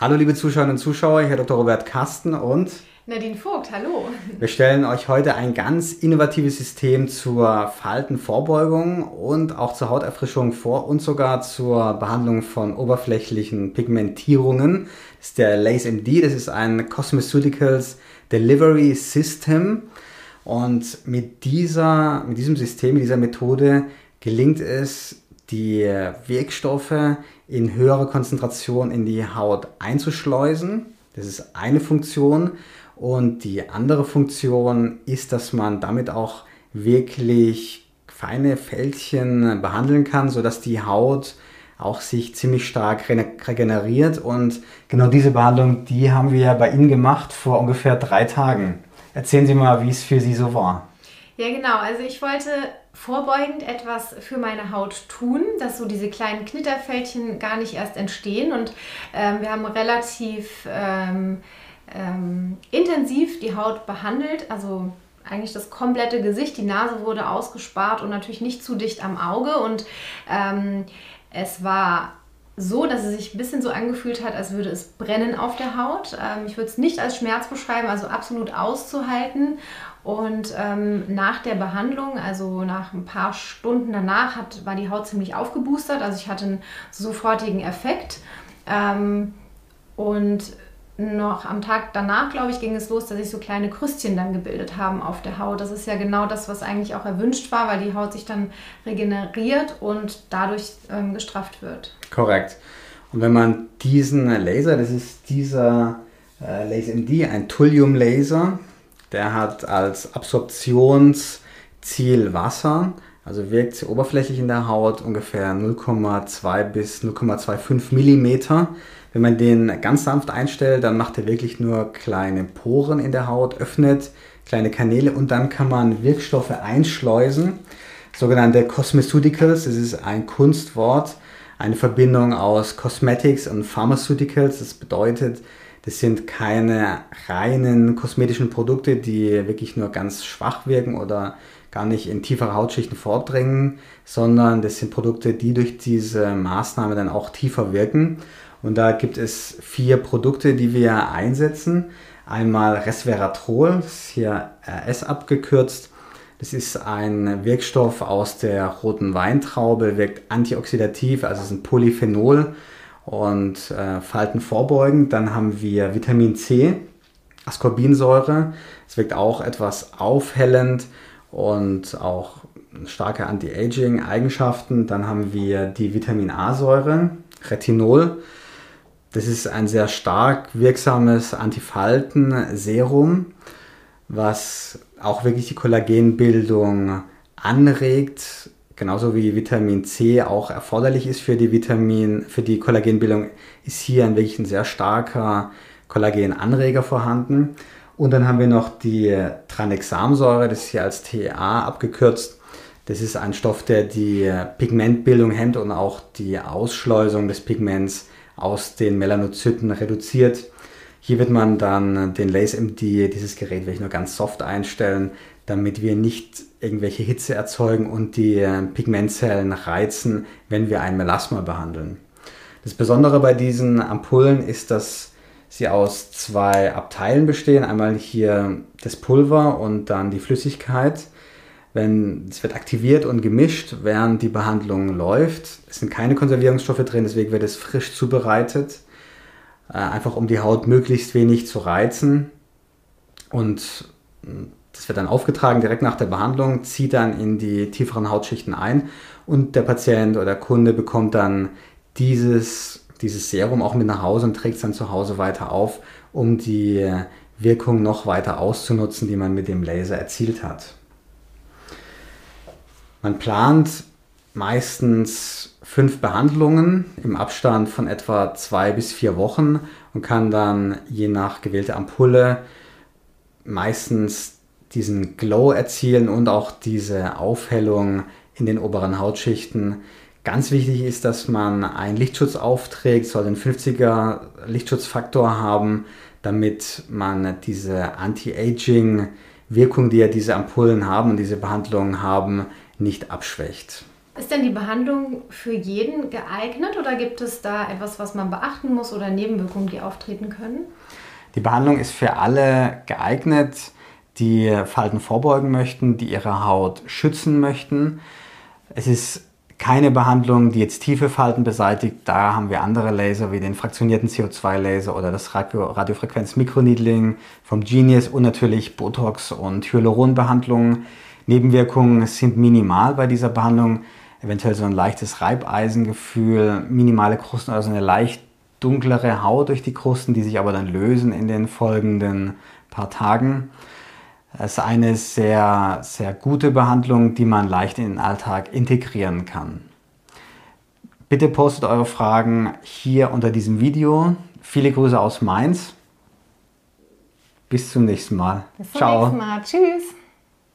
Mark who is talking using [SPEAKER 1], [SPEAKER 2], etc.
[SPEAKER 1] Hallo liebe Zuschauerinnen und Zuschauer, hier Dr. Robert Karsten und
[SPEAKER 2] Nadine Vogt, hallo.
[SPEAKER 1] Wir stellen euch heute ein ganz innovatives System zur Faltenvorbeugung und auch zur Hauterfrischung vor und sogar zur Behandlung von oberflächlichen Pigmentierungen. Das ist der LaceMD, das ist ein Cosmeceuticals Delivery System und mit diesem System, mit dieser Methode gelingt es, die Wirkstoffe in höherer Konzentration in die Haut einzuschleusen. Das ist eine Funktion. Und die andere Funktion ist, dass man damit auch wirklich feine Fältchen behandeln kann, sodass die Haut auch sich ziemlich stark regeneriert. Und genau diese Behandlung, die haben wir bei Ihnen gemacht vor ungefähr 3 Tagen. Erzählen Sie mal, wie es für Sie so war.
[SPEAKER 2] Ja, genau. Also ich wollte vorbeugend etwas für meine Haut tun, dass so diese kleinen Knitterfältchen gar nicht erst entstehen. Und wir haben relativ intensiv die Haut behandelt, also eigentlich das komplette Gesicht, die Nase wurde ausgespart und natürlich nicht zu dicht am Auge. Und es war so, dass es sich ein bisschen so angefühlt hat, als würde es brennen auf der Haut. Ich würde es nicht als Schmerz beschreiben, also absolut auszuhalten. Und nach der Behandlung, also nach ein paar Stunden danach, war die Haut ziemlich aufgeboostert. Also ich hatte einen sofortigen Effekt. Und noch am Tag danach, glaube ich, ging es los, dass sich so kleine Krüstchen dann gebildet haben auf der Haut. Das ist ja genau das, was eigentlich auch erwünscht war, weil die Haut sich dann regeneriert und dadurch gestrafft wird.
[SPEAKER 1] Korrekt. Und wenn man diesen Laser, das ist dieser LaceMD, ein Thulium-Laser, der hat als Absorptionsziel Wasser, also wirkt sehr oberflächlich in der Haut, ungefähr 0,2 bis 0,25 Millimeter. Wenn man den ganz sanft einstellt, dann macht er wirklich nur kleine Poren in der Haut, öffnet kleine Kanäle und dann kann man Wirkstoffe einschleusen, sogenannte Cosmeceuticals, das ist ein Kunstwort, eine Verbindung aus Cosmetics und Pharmaceuticals, das bedeutet, das sind keine reinen kosmetischen Produkte, die wirklich nur ganz schwach wirken oder gar nicht in tiefere Hautschichten vordringen, sondern das sind Produkte, die durch diese Maßnahme dann auch tiefer wirken. Und da gibt es 4 Produkte, die wir einsetzen. Einmal Resveratrol, das ist hier RS abgekürzt. Das ist ein Wirkstoff aus der roten Weintraube, wirkt antioxidativ, also es ist ein Polyphenol und faltenvorbeugend. Dann haben wir Vitamin C, Ascorbinsäure. Es wirkt auch etwas aufhellend und auch starke Anti-Aging-Eigenschaften. Dann haben wir die Vitamin A-Säure, Retinol. Das ist ein sehr stark wirksames Antifalten-Serum, was auch wirklich die Kollagenbildung anregt, genauso wie Vitamin C auch erforderlich ist für die Kollagenbildung, ist hier wirklich ein sehr starker Kollagenanreger vorhanden. Und dann haben wir noch die Tranexamsäure, das ist hier als TEA abgekürzt. Das ist ein Stoff, der die Pigmentbildung hemmt und auch die Ausschleusung des Pigments aus den Melanozyten reduziert. Hier wird man dann den LaceMD, dieses Gerät werde ich nur ganz soft einstellen, damit wir nicht irgendwelche Hitze erzeugen und die Pigmentzellen reizen, wenn wir ein Melasma behandeln. Das Besondere bei diesen Ampullen ist, dass sie aus 2 Abteilen bestehen. Einmal hier das Pulver und dann die Flüssigkeit. Es wird aktiviert und gemischt, während die Behandlung läuft. Es sind keine Konservierungsstoffe drin, deswegen wird es frisch zubereitet. Einfach um die Haut möglichst wenig zu reizen. Und das wird dann aufgetragen direkt nach der Behandlung, zieht dann in die tieferen Hautschichten ein und der Patient oder Kunde bekommt dann dieses Serum auch mit nach Hause und trägt es dann zu Hause weiter auf, um die Wirkung noch weiter auszunutzen, die man mit dem Laser erzielt hat. Man plant meistens 5 Behandlungen im Abstand von etwa 2 bis 4 Wochen und kann dann je nach gewählter Ampulle meistens diesen Glow erzielen und auch diese Aufhellung in den oberen Hautschichten. Ganz wichtig ist, dass man einen Lichtschutz aufträgt, soll einen 50er Lichtschutzfaktor haben, damit man diese Anti-Aging-Wirkung, die ja diese Ampullen haben und diese Behandlungen haben, nicht abschwächt.
[SPEAKER 2] Ist denn die Behandlung für jeden geeignet oder gibt es da etwas, was man beachten muss oder Nebenwirkungen, die auftreten können?
[SPEAKER 1] Die Behandlung ist für alle geeignet, die Falten vorbeugen möchten, die ihre Haut schützen möchten. Es ist keine Behandlung, die jetzt tiefe Falten beseitigt. Da haben wir andere Laser wie den fraktionierten CO2-Laser oder das Radiofrequenz-Mikroneedling vom Genius und natürlich Botox- und Hyaluronbehandlungen. Nebenwirkungen sind minimal bei dieser Behandlung. Eventuell so ein leichtes Reibeisengefühl, minimale Krusten, also eine leicht dunklere Haut durch die Krusten, die sich aber dann lösen in den folgenden paar Tagen. Es ist eine sehr, sehr gute Behandlung, die man leicht in den Alltag integrieren kann. Bitte postet eure Fragen hier unter diesem Video. Viele Grüße aus Mainz. Bis zum nächsten Mal.
[SPEAKER 2] Bis zum nächsten Mal. Tschüss.